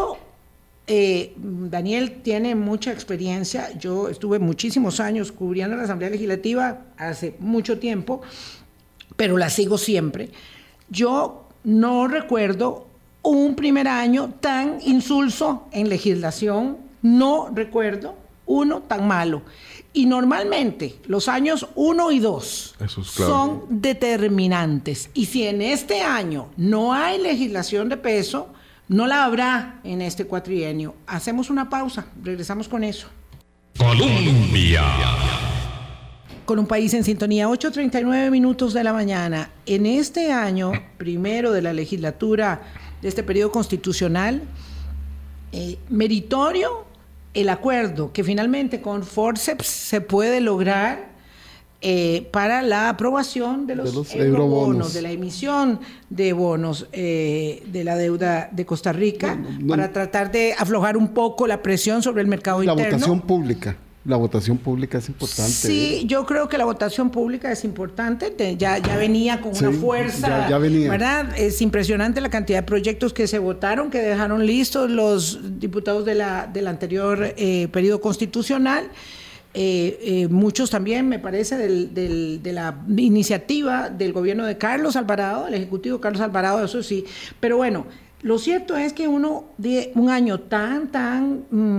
Daniel tiene mucha experiencia. Yo estuve muchísimos años cubriendo la Asamblea Legislativa hace mucho tiempo, pero la sigo siempre. Yo no recuerdo un primer año tan insulso en legislación, no recuerdo uno tan malo. Y normalmente los años 1 y 2 son determinantes. Y si en este año no hay legislación de peso, no la habrá en este cuatrienio. Hacemos una pausa, regresamos con eso. Colombia. Con un país en sintonía, 8:39 minutos de la mañana. En este año primero de la legislatura de este periodo constitucional, meritorio el acuerdo que finalmente con forceps se puede lograr para la aprobación de los eurobonos, de la emisión de bonos de la deuda de Costa Rica, para tratar de aflojar un poco la presión sobre el mercado interno. La votación pública es importante. Sí, yo creo que la votación pública es importante. Ya venía con una fuerza, ya venía. ¿Verdad? Es impresionante la cantidad de proyectos que se votaron, que dejaron listos los diputados del anterior periodo constitucional. Muchos también, me parece, de la iniciativa del gobierno de Carlos Alvarado, el ejecutivo Carlos Alvarado, eso sí. Pero bueno, lo cierto es que un año tan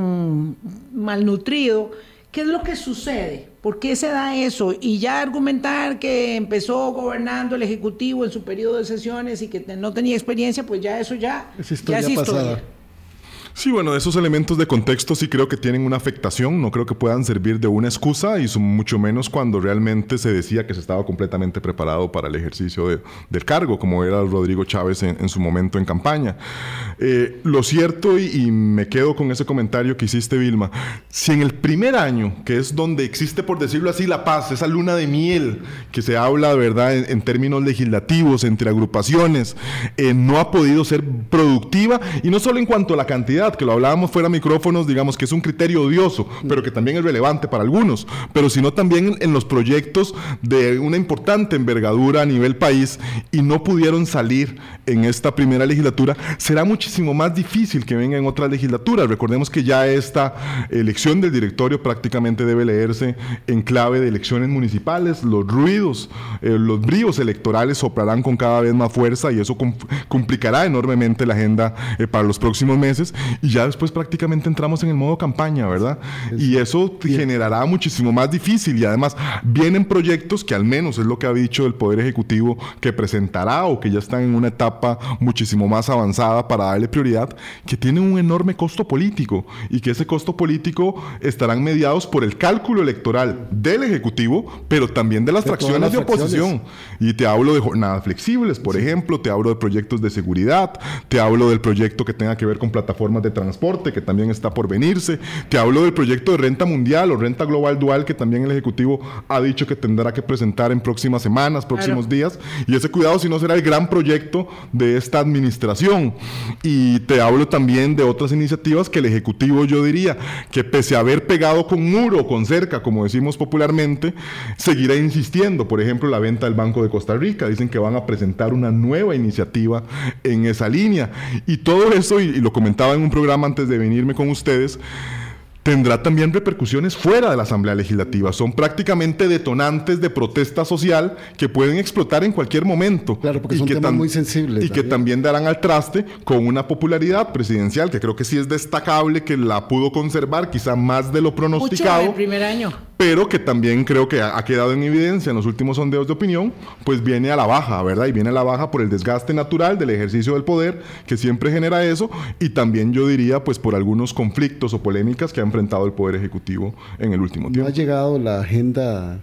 malnutrido, ¿qué es lo que sucede? ¿Por qué se da eso? Y ya argumentar que empezó gobernando el Ejecutivo en su periodo de sesiones y que no tenía experiencia, pues ya eso ya es historia pasada. Sí, bueno, esos elementos de contexto sí creo que tienen una afectación, no creo que puedan servir de una excusa, y mucho menos cuando realmente se decía que se estaba completamente preparado para el ejercicio del cargo, como era Rodrigo Chávez en su momento en campaña. Lo cierto, y me quedo con ese comentario que hiciste, Vilma, si en el primer año, que es donde existe, por decirlo así, la paz, esa luna de miel que se habla, ¿verdad?, en términos legislativos, entre agrupaciones, no ha podido ser productiva, y no solo en cuanto a la cantidad, que lo hablábamos fuera de micrófonos, digamos que es un criterio odioso, pero que también es relevante para algunos, pero sino también en los proyectos de una importante envergadura a nivel país, y no pudieron salir en esta primera legislatura. Será muchísimo más difícil que venga en otras legislaturas. Recordemos que ya esta elección del directorio prácticamente debe leerse en clave de elecciones municipales. Los ruidos, los bríos electorales soprarán con cada vez más fuerza, y eso complicará enormemente la agenda para los próximos meses. Y ya después prácticamente entramos en el modo campaña, ¿verdad? Y eso generará muchísimo más difícil, y además vienen proyectos que, al menos es lo que ha dicho el Poder Ejecutivo, que presentará o que ya están en una etapa muchísimo más avanzada para darle prioridad, que tienen un enorme costo político, y que ese costo político estarán mediados por el cálculo electoral del Ejecutivo, pero también de las fracciones de oposición. Y te hablo de jornadas flexibles, por ejemplo, te hablo de proyectos de seguridad, te hablo del proyecto que tenga que ver con plataformas de transporte, que también está por venirse, te hablo del proyecto de renta mundial o renta global dual, que también el Ejecutivo ha dicho que tendrá que presentar en próximas semanas, próximos días, y ese cuidado si no será el gran proyecto de esta administración. Y te hablo también de otras iniciativas que el Ejecutivo, yo diría que pese a haber pegado con muro o con cerca, como decimos popularmente, seguirá insistiendo. Por ejemplo, la venta del Banco de Costa Rica, dicen que van a presentar una nueva iniciativa en esa línea, y todo eso, y lo comentaba en un programa antes de venirme con ustedes, tendrá también repercusiones fuera de la Asamblea Legislativa. Son prácticamente detonantes de protesta social que pueden explotar en cualquier momento. Claro, porque son temas muy sensibles. Y que también darán al traste con una popularidad presidencial que creo que sí es destacable, que la pudo conservar quizá más de lo pronosticado. Mucho en el primer año. Pero que también creo que ha quedado en evidencia en los últimos sondeos de opinión, pues viene a la baja, ¿verdad? Y viene a la baja por el desgaste natural del ejercicio del poder, que siempre genera eso, y también yo diría, pues por algunos conflictos o polémicas que ha enfrentado el Poder Ejecutivo en el último tiempo. ¿No ha llegado la agenda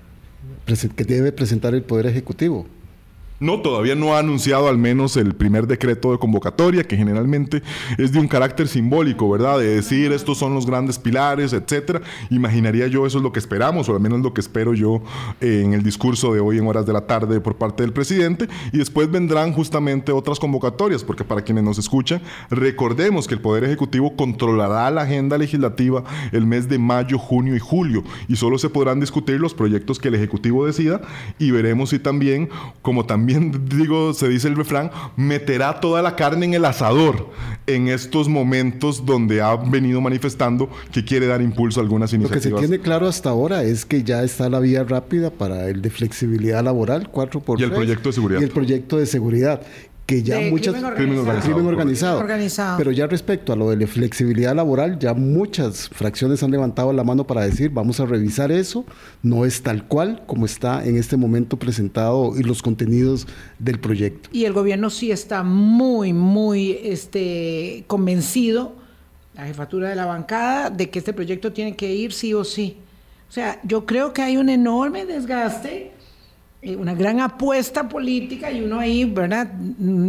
que debe presentar el Poder Ejecutivo? No, todavía no ha anunciado al menos el primer decreto de convocatoria, que generalmente es de un carácter simbólico, ¿verdad? De decir, estos son los grandes pilares, etcétera. Imaginaría yo, eso es lo que esperamos, o al menos lo que espero yo en el discurso de hoy en horas de la tarde por parte del presidente, y después vendrán justamente otras convocatorias, porque para quienes nos escuchan, recordemos que el Poder Ejecutivo controlará la agenda legislativa el mes de mayo, junio y julio, y solo se podrán discutir los proyectos que el Ejecutivo decida, y veremos si también, como también digo, se dice el refrán, meterá toda la carne en el asador en estos momentos donde ha venido manifestando que quiere dar impulso a algunas iniciativas. Lo que se tiene claro hasta ahora es que ya está la vía rápida para el de flexibilidad laboral, 4x3. Y el proyecto de seguridad. Y el proyecto de seguridad. Que ya muchas crimen organizado. Pero ya respecto a lo de la flexibilidad laboral, ya muchas fracciones han levantado la mano para decir, vamos a revisar eso, no es tal cual como está en este momento presentado y los contenidos del proyecto. Y el gobierno sí está muy convencido, la jefatura de la bancada, de que este proyecto tiene que ir sí o sí. O sea, yo creo que hay un enorme desgaste, una gran apuesta política, y uno ahí, ¿verdad?,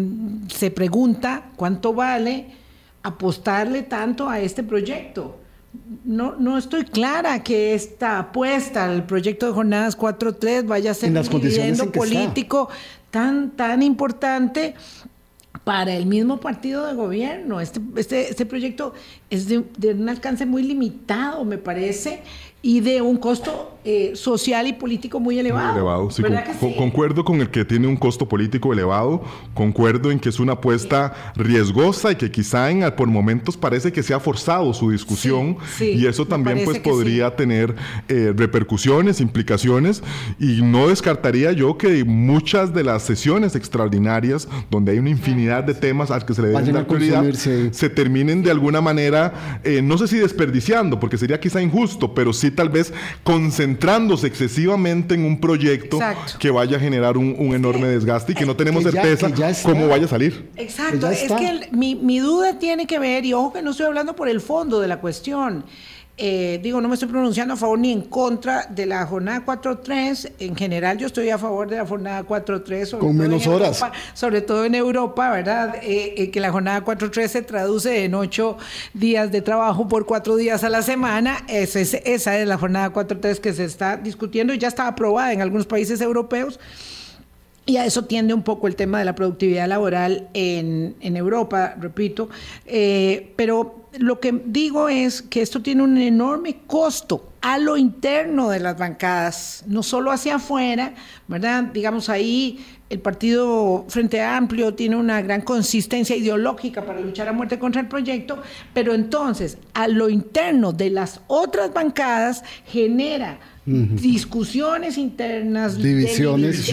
se pregunta cuánto vale apostarle tanto a este proyecto, no estoy clara que esta apuesta al proyecto de jornadas 4.3 vaya a ser un dividendo político tan importante para el mismo partido de gobierno. Este proyecto es de un alcance muy limitado, me parece, y de un costo social y político muy elevado. Muy elevado, sí. Sí. Concuerdo con el que tiene un costo político elevado, concuerdo en que es una apuesta riesgosa y que quizá por momentos parece que se ha forzado su discusión, y eso también pues podría tener repercusiones, implicaciones, y no descartaría yo que muchas de las sesiones extraordinarias, donde hay una infinidad de temas al que se le debe dar prioridad, se terminen de alguna manera, no sé si desperdiciando, porque sería quizá injusto, pero sí tal vez concentrándose excesivamente en un proyecto que vaya a generar un enorme desgaste y que no tenemos certeza cómo vaya a salir. Exacto, es que mi duda tiene que ver, y ojo que no estoy hablando por el fondo de la cuestión, no me estoy pronunciando a favor ni en contra de la jornada 4.3. En general yo estoy a favor de la jornada 4.3 con menos horas, sobre todo en Europa, ¿verdad? Que la jornada 4.3 se traduce en 8 días de trabajo por 4 días a la semana. Esa es la jornada 4.3 que se está discutiendo y ya está aprobada en algunos países europeos. Y a eso tiende un poco el tema de la productividad laboral en Europa, repito. Pero lo que digo es que esto tiene un enorme costo a lo interno de las bancadas, no solo hacia afuera, ¿verdad? Digamos, ahí el Partido Frente Amplio tiene una gran consistencia ideológica para luchar a muerte contra el proyecto, pero entonces a lo interno de las otras bancadas genera discusiones internas, divisiones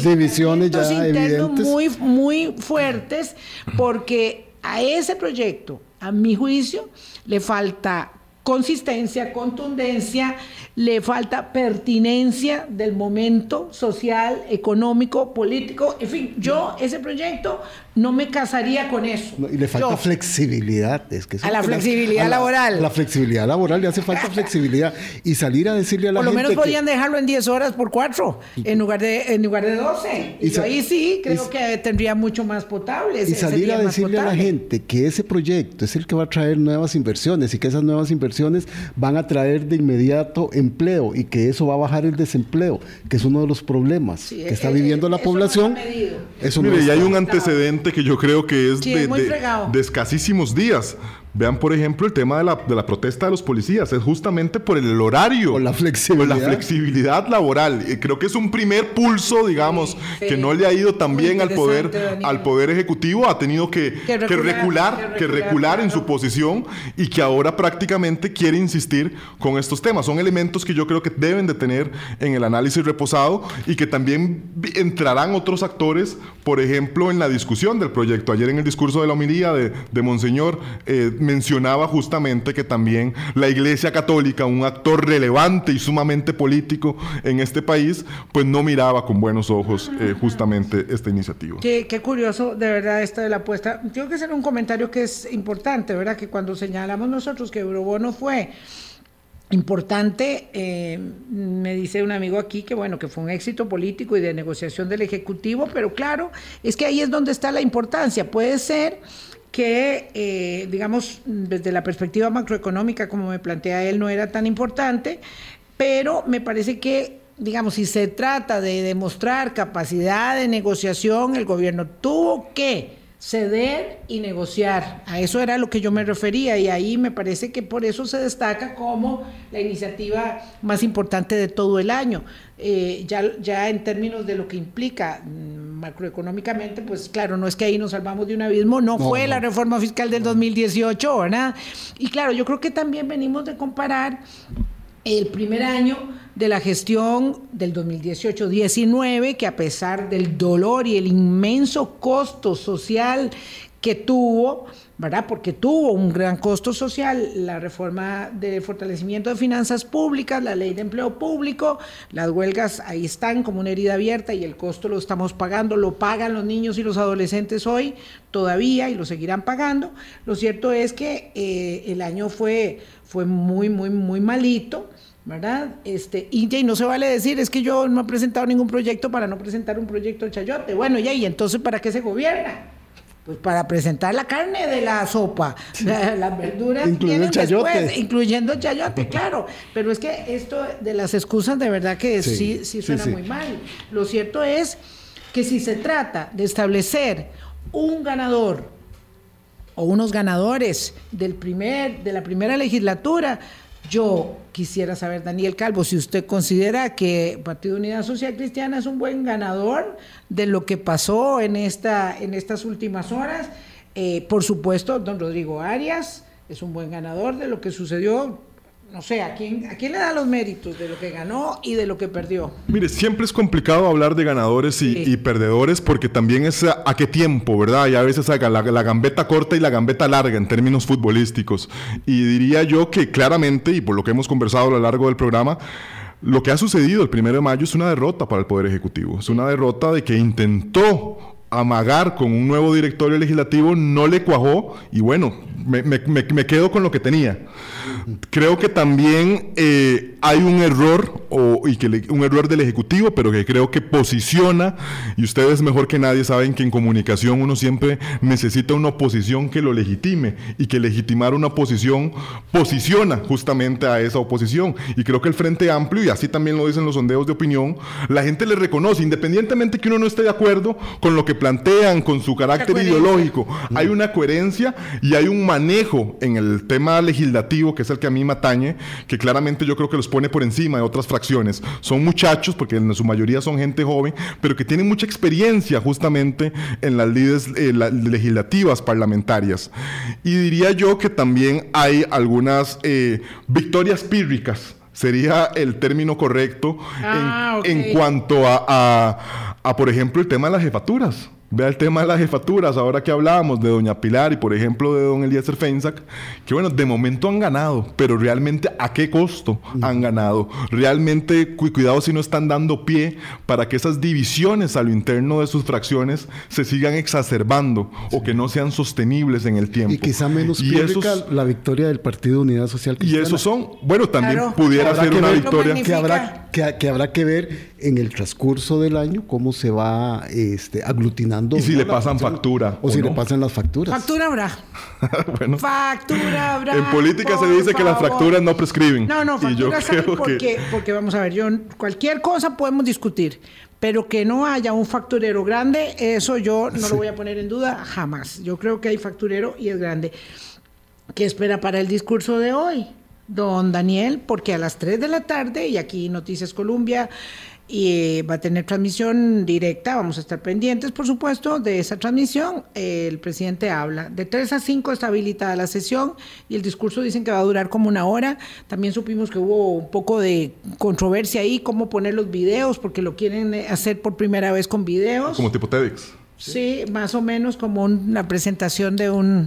ya evidentes, muy fuertes, porque a ese proyecto, a mi juicio, le falta consistencia, contundencia, le falta pertinencia del momento social, económico, político, en fin, yo ese proyecto no me casaría con eso. Y le falta flexibilidad. A la flexibilidad laboral. La flexibilidad laboral, le hace falta flexibilidad. Y salir a decirle a la gente. Por lo menos podrían dejarlo en 10 horas por 4, en lugar de 12. Y ahí sí, creo que tendría mucho más potable. Y salir a decirle a la gente que ese proyecto es el que va a traer nuevas inversiones y que esas nuevas inversiones van a traer de inmediato empleo y que eso va a bajar el desempleo, que es uno de los problemas que está viviendo la población. Mire, y hay un antecedente que yo creo que es de escasísimos días. Vean, por ejemplo, el tema de la protesta de los policías. Es justamente por el horario. Por la flexibilidad laboral. Creo que es un primer pulso, digamos, que no le ha ido tan bien al poder ejecutivo. Ha tenido que recular en su posición y que ahora prácticamente quiere insistir con estos temas. Son elementos que yo creo que deben de tener en el análisis reposado y que también entrarán otros actores, por ejemplo, en la discusión del proyecto. Ayer en el discurso de la homilía de Monseñor, mencionaba justamente que también la Iglesia Católica, un actor relevante y sumamente político en este país, pues no miraba con buenos ojos justamente esta iniciativa. Qué curioso, de verdad, esta de la apuesta. Tengo que hacer un comentario que es importante, ¿verdad? Que cuando señalamos nosotros que Eurobono fue importante, me dice un amigo aquí que bueno, que fue un éxito político y de negociación del Ejecutivo, pero claro, es que ahí es donde está la importancia. Puede ser que, digamos, desde la perspectiva macroeconómica, como me plantea él, no era tan importante, pero me parece que, digamos, si se trata de demostrar capacidad de negociación, el gobierno tuvo que ceder y negociar. A eso era a lo que yo me refería, y ahí me parece que por eso se destaca como la iniciativa más importante de todo el año. Ya en términos de lo que implica macroeconómicamente, pues claro, no es que ahí nos salvamos de un abismo, no fue la reforma fiscal del 2018, ¿verdad? Y claro, yo creo que también venimos de comparar el primer año de la gestión del 2018-19, que a pesar del dolor y el inmenso costo social que tuvo, ¿verdad? Porque tuvo un gran costo social, la reforma de fortalecimiento de finanzas públicas, la ley de empleo público, las huelgas ahí están como una herida abierta y el costo lo estamos pagando, lo pagan los niños y los adolescentes hoy todavía y lo seguirán pagando. Lo cierto es que el año fue muy malito, ¿verdad? Y no se vale decir, es que yo no he presentado ningún proyecto para no presentar un proyecto de chayote. Bueno, y entonces, ¿para qué se gobierna? Pues para presentar la carne de la sopa, las verduras incluyendo vienen después, incluyendo el chayote, claro. Pero es que esto de las excusas de verdad que sí suena muy mal. Lo cierto es que si se trata de establecer un ganador o unos ganadores de la primera legislatura, yo quisiera saber, Daniel Calvo, si usted considera que Partido Unidad Social Cristiana es un buen ganador de lo que pasó en estas últimas horas. Por supuesto, don Rodrigo Arias es un buen ganador de lo que sucedió. No sé, ¿a quién le da los méritos de lo que ganó y de lo que perdió? Mire, siempre es complicado hablar de ganadores y perdedores porque también es a qué tiempo, ¿verdad? Y a veces la gambeta corta y la gambeta larga en términos futbolísticos. Y diría yo que claramente, y por lo que hemos conversado a lo largo del programa, lo que ha sucedido el 1 de mayo es una derrota para el Poder Ejecutivo. Es una derrota de que intentó amagar con un nuevo directorio legislativo, no le cuajó y bueno, me quedo con lo que tenía. Creo que también hay un error, un error del Ejecutivo, pero que creo que posiciona, y ustedes mejor que nadie saben que en comunicación uno siempre necesita una oposición que lo legitime, y que legitimar una oposición posiciona justamente a esa oposición. Y creo que el Frente Amplio, y así también lo dicen los sondeos de opinión, la gente le reconoce, independientemente que uno no esté de acuerdo con lo que plantean, con su carácter ideológico, hay una coherencia y hay un manejo en el tema legislativo, que es el que a mí me atañe, que claramente yo creo que los pone por encima de otras fracciones. Son muchachos, porque en su mayoría son gente joven, pero que tienen mucha experiencia justamente en las lides legislativas parlamentarias. Y diría yo que también hay algunas victorias pírricas, sería el término correcto, en cuanto a, por ejemplo, el tema de las jefaturas. Vea el tema de las jefaturas, ahora que hablábamos de doña Pilar y por ejemplo de don Eliezer Feinsack, que bueno, de momento han ganado, pero realmente ¿a qué costo han ganado? Realmente, cuidado si no están dando pie para que esas divisiones a lo interno de sus fracciones se sigan exacerbando o que no sean sostenibles en el tiempo. Y quizá menos pública la victoria del Partido Unidad Social Cristiana. Y esos son, bueno, también pudiera ser una victoria. Que habrá que ver en el transcurso del año cómo se va aglutinando. Y si le pasan factura. O si le pasan las facturas. Factura habrá. Bueno, factura habrá. En política se dice que las facturas no prescriben. No, facturas hay porque vamos a ver, cualquier cosa podemos discutir, pero que no haya un facturero grande, eso yo no lo voy a poner en duda jamás. Yo creo que hay facturero y es grande. ¿Qué espera para el discurso de hoy, don Daniel? Porque a las 3 de la tarde, y aquí Noticias Colombia y va a tener transmisión directa, vamos a estar pendientes, por supuesto, de esa transmisión. El presidente habla. De 3 a 5 está habilitada la sesión y el discurso dicen que va a durar como 1 hora. También supimos que hubo un poco de controversia ahí, cómo poner los videos, porque lo quieren hacer por primera vez con videos. Como tipo TEDx. Sí, más o menos como una presentación de un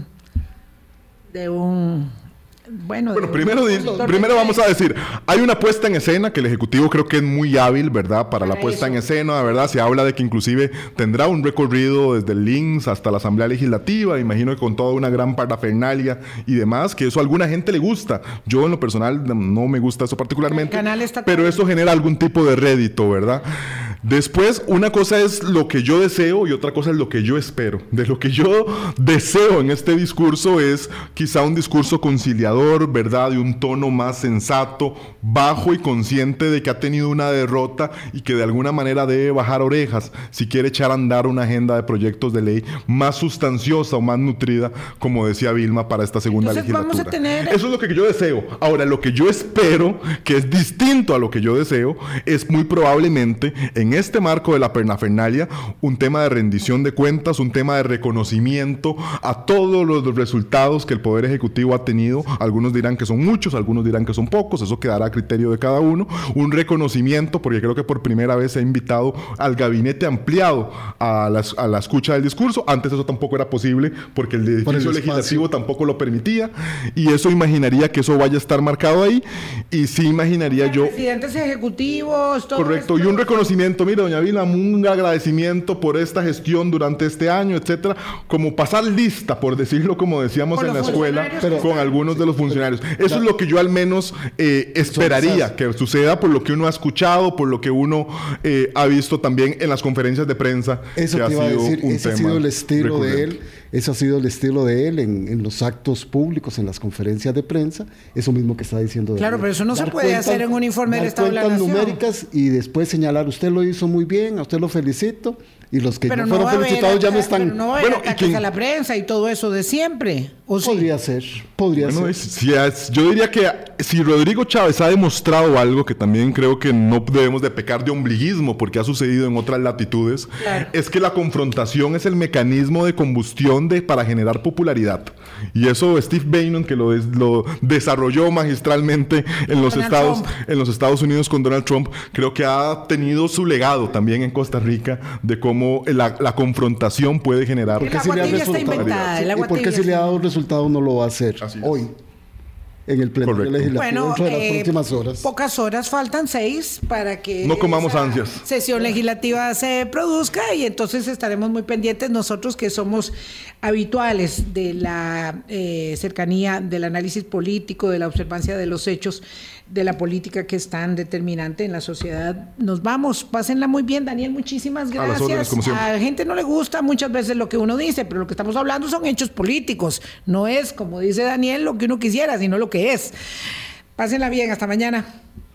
Bueno, primero vamos a decir, hay una puesta en escena que el Ejecutivo creo que es muy hábil, ¿verdad? Para la puesta en escena, ¿verdad? Se habla de que inclusive tendrá un recorrido desde el LINS hasta la Asamblea Legislativa, imagino que con toda una gran parafernalia y demás, que eso a alguna gente le gusta. Yo en lo personal no me gusta eso particularmente, pero eso genera algún tipo de rédito, ¿verdad? Después, una cosa es lo que yo deseo y otra cosa es lo que yo espero. De lo que yo deseo en este discurso es quizá un discurso conciliador, ¿verdad? De un tono más sensato, bajo y consciente de que ha tenido una derrota y que de alguna manera debe bajar orejas si quiere echar a andar una agenda de proyectos de ley más sustanciosa o más nutrida, como decía Vilma, para esta segunda legislatura. Eso es lo que yo deseo. Ahora, lo que yo espero, que es distinto a lo que yo deseo, es muy probablemente en este marco de la parafernalia, un tema de rendición de cuentas, un tema de reconocimiento a todos los resultados que el Poder Ejecutivo ha tenido. Algunos dirán que son muchos, algunos dirán que son pocos, eso quedará a criterio de cada uno. Un reconocimiento, porque creo que por primera vez se ha invitado al gabinete ampliado a la escucha del discurso. Antes eso tampoco era posible, porque el edificio legislativo tampoco lo permitía, y eso imaginaría que eso vaya a estar marcado ahí, y sí imaginaría yo... Presidentes ejecutivos, todo correcto, esto. Y un reconocimiento, mira, doña Vilma, un agradecimiento por esta gestión durante este año, etcétera, como pasar lista, por decirlo como decíamos en la escuela, con algunos de los funcionarios. Eso es lo que yo al menos esperaría que suceda, por lo que uno ha escuchado, por lo que uno ha visto también en las conferencias de prensa. Eso te iba a decir, ese ha sido el estilo de él. ese ha sido el estilo de él en los actos públicos, en las conferencias de prensa, eso mismo que está diciendo. Claro, pero eso no se puede hacer en un informe del Estado de la Nación. Numéricas y después señalar, usted lo hizo muy bien, a usted lo felicito, y los que pero no fueron felicitados ya no están. Pero no va a haber ataques a la prensa y todo eso de siempre, ¿o sí? Podría ser. Yo diría que si Rodrigo Chávez ha demostrado algo, que también creo que no debemos de pecar de ombliguismo porque ha sucedido en otras latitudes, claro, es que la confrontación es el mecanismo de combustión para generar popularidad. Y eso Steve Bannon, que lo desarrolló magistralmente en los Estados Unidos con Donald Trump, creo que ha tenido su legado también en Costa Rica de cómo la confrontación puede generar. ¿Por qué si le ha dado resultado no lo va a hacer hoy? En el pleno legislativo dentro de las próximas horas. Pocas horas, faltan 6 para que no comamos ansias. Sesión legislativa se produzca y entonces estaremos muy pendientes nosotros que somos habituales de la cercanía del análisis político, de la observancia de los hechos de la política que es tan determinante en la sociedad. Nos vamos, pásenla muy bien, Daniel, muchísimas gracias. A las órdenes, como siempre. A la gente no le gusta muchas veces lo que uno dice, pero lo que estamos hablando son hechos políticos, no es, como dice Daniel, lo que uno quisiera, sino lo que es. Pásenla bien, hasta mañana.